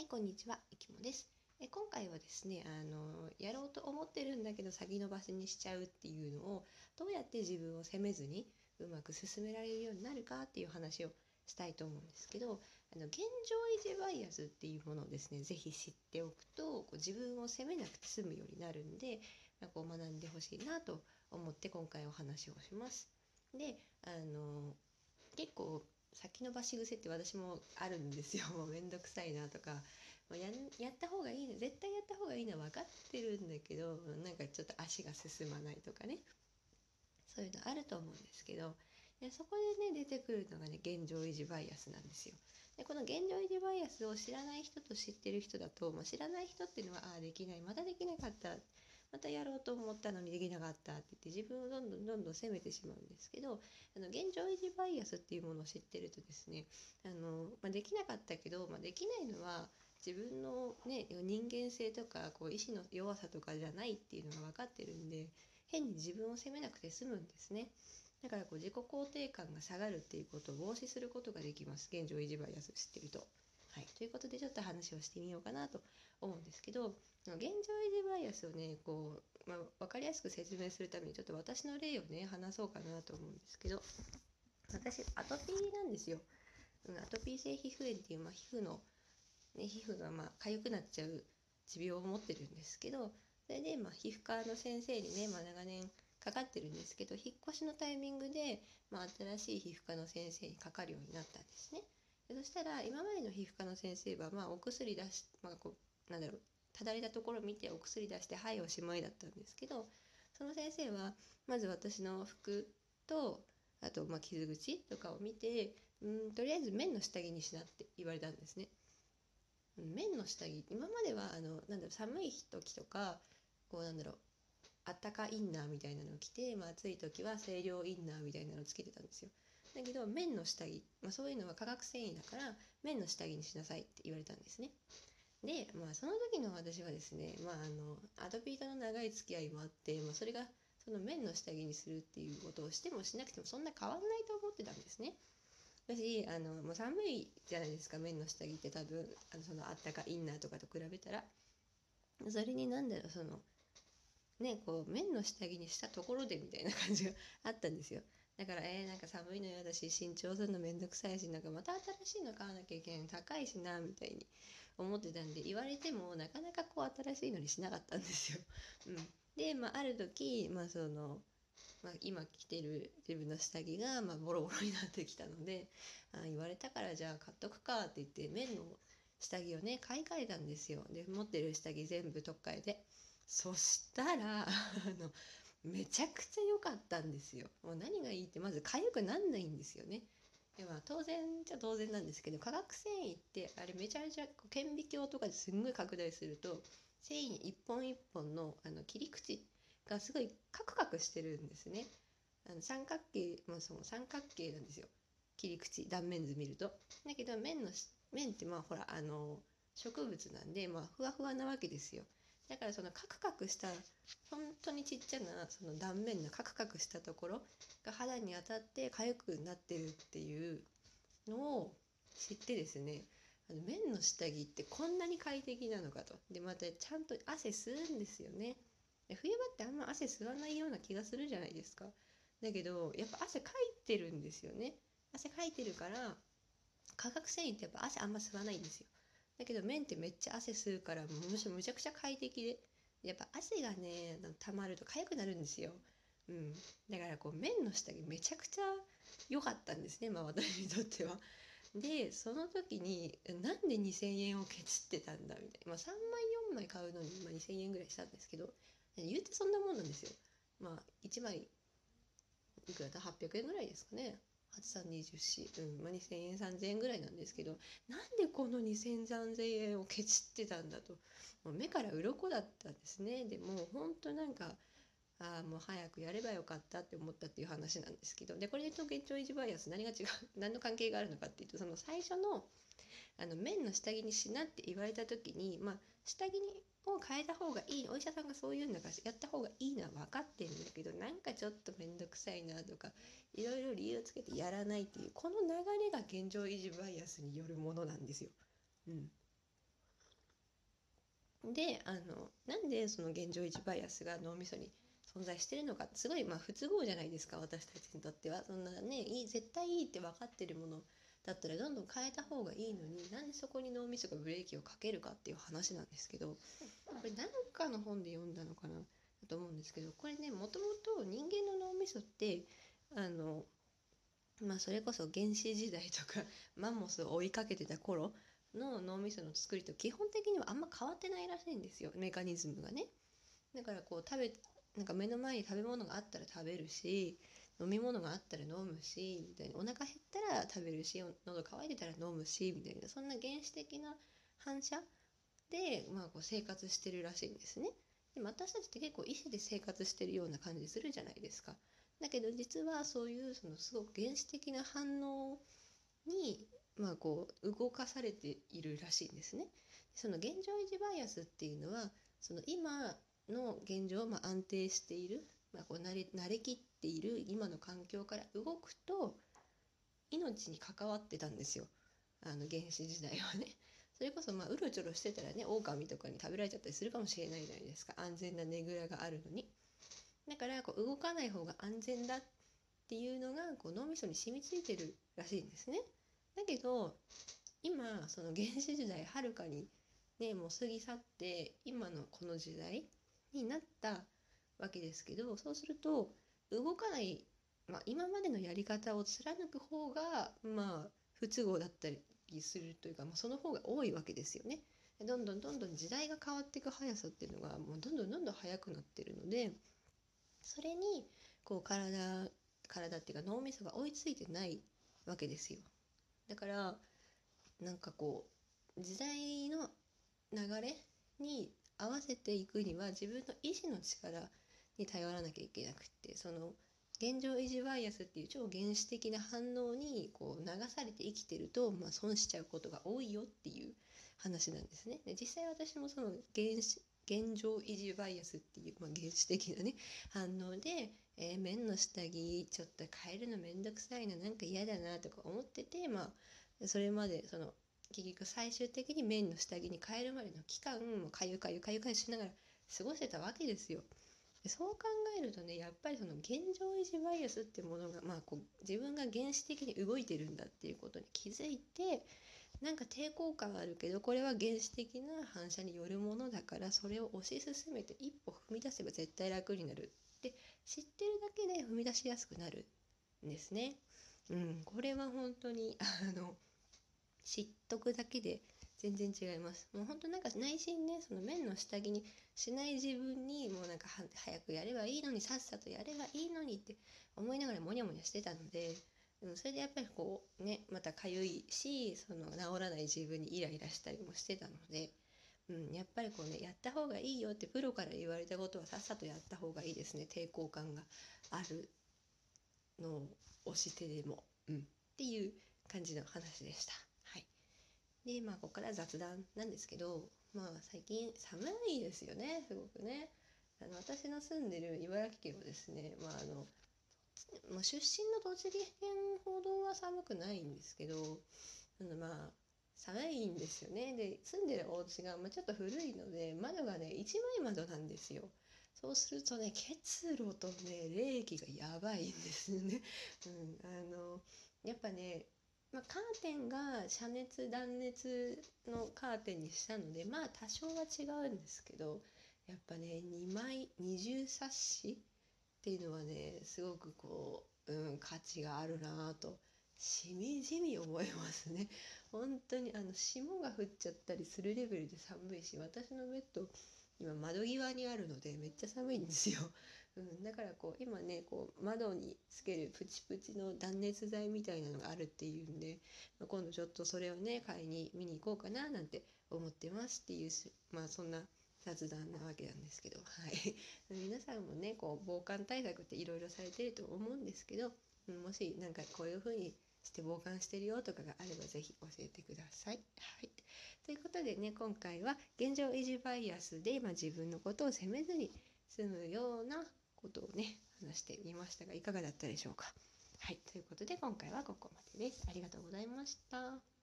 はい、こんにちは、いきもです。今回はですね、やろうと思ってるんだけど先延ばしにしちゃうっていうのをどうやって自分を責めずにうまく進められるようになるかっていう話をしたいと思うんですけど、現状維持バイアスっていうものをですね、ぜひ知っておくと自分を責めなくて済むようになるんで、学んでほしいなと思って今回お話をします。で、結構先延ばし癖って私もあるんですよ。もうめんどくさいなとか、やった方がいいの、絶対やった方がいいのは分かってるんだけど、なんかちょっと足が進まないとかね、そういうのあると思うんですけど、そこでね出てくるのがね、現状維持バイアスなんですよ。でこの現状維持バイアスを知らない人と知ってる人だと、知らない人っていうのはできない、またできなかった、またやろうと思ったのにできなかったって言って自分をどんどん責めてしまうんですけど、現状維持バイアスっていうものを知ってるとですね、できなかったけど、できないのは自分の、ね、人間性とか意志の弱さとかじゃないっていうのが分かってるんで、変に自分を責めなくて済むんですね。だから自己肯定感が下がるっていうことを防止することができます。現状維持バイアスを知ってると。はい、ということでちょっと話をしてみようかなと思うんですけど、現状維持バイアスをね分かりやすく説明するためにちょっと私の例をね話そうかなと思うんですけど、私アトピーなんですよ。アトピー性皮膚炎っていう、皮膚の、ね、皮膚が痒くなっちゃう持病を持ってるんですけど、それで皮膚科の先生にね、長年かかってるんですけど、引っ越しのタイミングで、新しい皮膚科の先生にかかるようになったんですね。でそしたら今までの皮膚科の先生はお薬出し、ただれたところを見てお薬出してはいおしまいだったんですけど、その先生はまず私の服とあと傷口とかを見て、とりあえず綿の下着にしなって言われたんですね。綿の下着、今までは寒い時とかあったかインナーみたいなのを着て、暑い時は清涼インナーみたいなのをつけてたんですよ。だけど綿の下着、そういうのは化学繊維だから綿の下着にしなさいって言われたんですね。で、その時の私はですね、アトピーとの長い付き合いもあって、それがその綿の下着にするっていうことをしてもしなくてもそんな変わんないと思ってたんですね。私もう寒いじゃないですか、綿の下着って多分そのあったかインナーとかと比べたら。それに綿の下着にしたところでみたいな感じがあったんですよ。だからなんか寒いの嫌だし新調するのめんどくさいし、また新しいの買わなきゃいけないの高いしなみたいに思ってたんで、言われてもなかなか新しいのにしなかったんですよ。で、ある時、今着てる自分の下着がボロボロになってきたので、言われたからじゃあ買っとくかって言って綿の下着をね買い替えたんですよ。で持ってる下着全部取っ替えて、そしたらめちゃくちゃ良かったんですよ。もう何がいいって、まず痒くなんないんですよね。で当然じゃ当然なんですけど、化学繊維ってあれめちゃめちゃ顕微鏡とかですんごい拡大すると繊維一本一本の切り口がすごいカクカクしてるんですね。三角形、その三角形なんですよ、切り口断面図見ると。だけど面ってほら植物なんでふわふわなわけですよ。だからそのカクカクした本当にちっちゃなその断面のカクカクしたところが肌に当たって痒くなってるっていうのを知ってですね、綿の下着ってこんなに快適なのかと。でまたちゃんと汗吸うんですよね。で冬場ってあんま汗吸わないような気がするじゃないですか。だけどやっぱ汗かいてるんですよね。汗かいてるから化学繊維ってやっぱ汗あんま吸わないんですよ。だけど綿ってめっちゃ汗吸うからむしろむちゃくちゃ快適で、やっぱ汗がね溜まると痒くなるんですよ。だから綿の下着めちゃくちゃ良かったんですね、私にとっては。でその時になんで2,000円をケチってたんだみたいな、3枚4枚買うのに2,000円ぐらいしたんですけど、言うてそんなもんなんですよ。1枚いくらだ800円ぐらいですかね。8320 2000円3000円ぐらいなんですけど、なんでこの2000、3000円をケチってたんだと、もう目から鱗だったんですね。でもうほんともう早くやればよかったって思ったっていう話なんですけど、でこれと現状維持バイアス何が違う何の関係があるのかっていうと、その最初の綿の下着にしなって言われた時に、下着を変えた方がいい、お医者さんがそう言うんだからやった方がいいのは分かってるんだけど、なんかちょっと面倒くさいなとかいろいろ理由をつけてやらないっていう、この流れが現状維持バイアスによるものなんですよ。 でなんでその現状維持バイアスが脳みそに存在してるのかってすごい不都合じゃないですか、私たちにとっては。そんなね絶対いいって分かってるものだったらどんどん変えた方がいいのに、なんでそこに脳みそがブレーキをかけるかっていう話なんですけど、これ何かの本で読んだのかなと思うんですけど、これねもともと人間の脳みそってそれこそ原始時代とかマンモスを追いかけてた頃の脳みその作りと基本的にはあんま変わってないらしいんですよ、メカニズムがね。だからなんか目の前に食べ物があったら食べるし、飲み物があったら飲むしみたいな、お腹減ったら食べるし、喉乾いてたら飲むしみたいな、そんな原始的な反射で、こう生活してるらしいんですね。でも私たちって結構意識で生活してるような感じするじゃないですか。だけど実はそういうそのすごく原始的な反応にこう動かされているらしいんですね。その現状維持バイアスっていうのはその今の現状、安定している、こう慣れきっている今の環境から動くと命に関わってたんですよ、原始時代はね。それこそうろちょろしてたらね、狼とかに食べられちゃったりするかもしれないじゃないですか、安全なねぐらがあるのに。だからこう動かない方が安全だっていうのがこう脳みそに染みついてるらしいんですね。だけど今その原始時代はるかにねもう過ぎ去って今のこの時代になったわけですけど、そうすると動かない、今までのやり方を貫く方が不都合だったりするというか、その方が多いわけですよね。どんどんどんどん時代が変わっていく速さっていうのがもうどんどんどんどん速くなってるので、それにこう体っていうか脳みそが追いついてないわけですよ。だからなんかこう時代の流れに合わせていくには自分の意志の力に頼らなきゃいけなくって、その現状維持バイアスっていう超原始的な反応にこう流されて生きてると、損しちゃうことが多いよっていう話なんですね。で実際私もその現状維持バイアスっていう、原始的なね反応で、綿の下着ちょっと変えるのめんどくさいな、なんか嫌だなとか思ってて、それまでその結局最終的に綿の下着に変えるまでの期間もかゆかゆかゆかゆしながら過ごしてたわけですよ。でそう考えるとね、やっぱりその現状維持バイアスっていうものが、こう自分が原始的に動いてるんだっていうことに気づいて、なんか抵抗感あるけどこれは原始的な反射によるものだから、それを推し進めて一歩踏み出せば絶対楽になるって知ってるだけで踏み出しやすくなるんですね。これは本当に知っとくだけで全然違います。もう本当なんか内心ね、その綿の下着にしない自分にもうなんか早くやればいいのに、さっさとやればいいのにって思いながらモニャモニャしてたので、それでやっぱりこうね、またかゆいし、その治らない自分にイライラしたりもしてたので、やっぱりこうね、やった方がいいよってプロから言われたことはさっさとやった方がいいですね。抵抗感があるのを押してでも、っていう感じの話でした。はい。でここから雑談なんですけど、最近寒いですよね、すごくね。私の住んでる茨城県はですね、出身の栃木県ほどは寒くないんですけど、寒いんですよね。で住んでるお家が、ちょっと古いので窓がね一枚窓なんですよ。そうするとね、結露とね冷気がやばいんですね。やっぱね、カーテンが遮熱断熱のカーテンにしたので多少は違うんですけど、やっぱね二重サッシっていうのはねすごくこう、価値があるなぁとしみじみ思いますね。本当に霜が降っちゃったりするレベルで寒いし、私のベッド今窓際にあるのでめっちゃ寒いんですよ。だからこう今ねこう窓につけるプチプチの断熱材みたいなのがあるっていうんで、今度ちょっとそれをね買いに見に行こうかななんて思ってますっていう、そんな雑談なわけなんですけど、はい。皆さんもねこう防寒対策っていろいろされてると思うんですけど、もしなんかこういう風にして防寒してるよとかがあればぜひ教えてください。はい。ということでね、今回は現状維持バイアスで、自分のことを責めずに済むようなことをね話してみましたが、いかがだったでしょうか。はい。ということで今回はここまでです。ありがとうございました。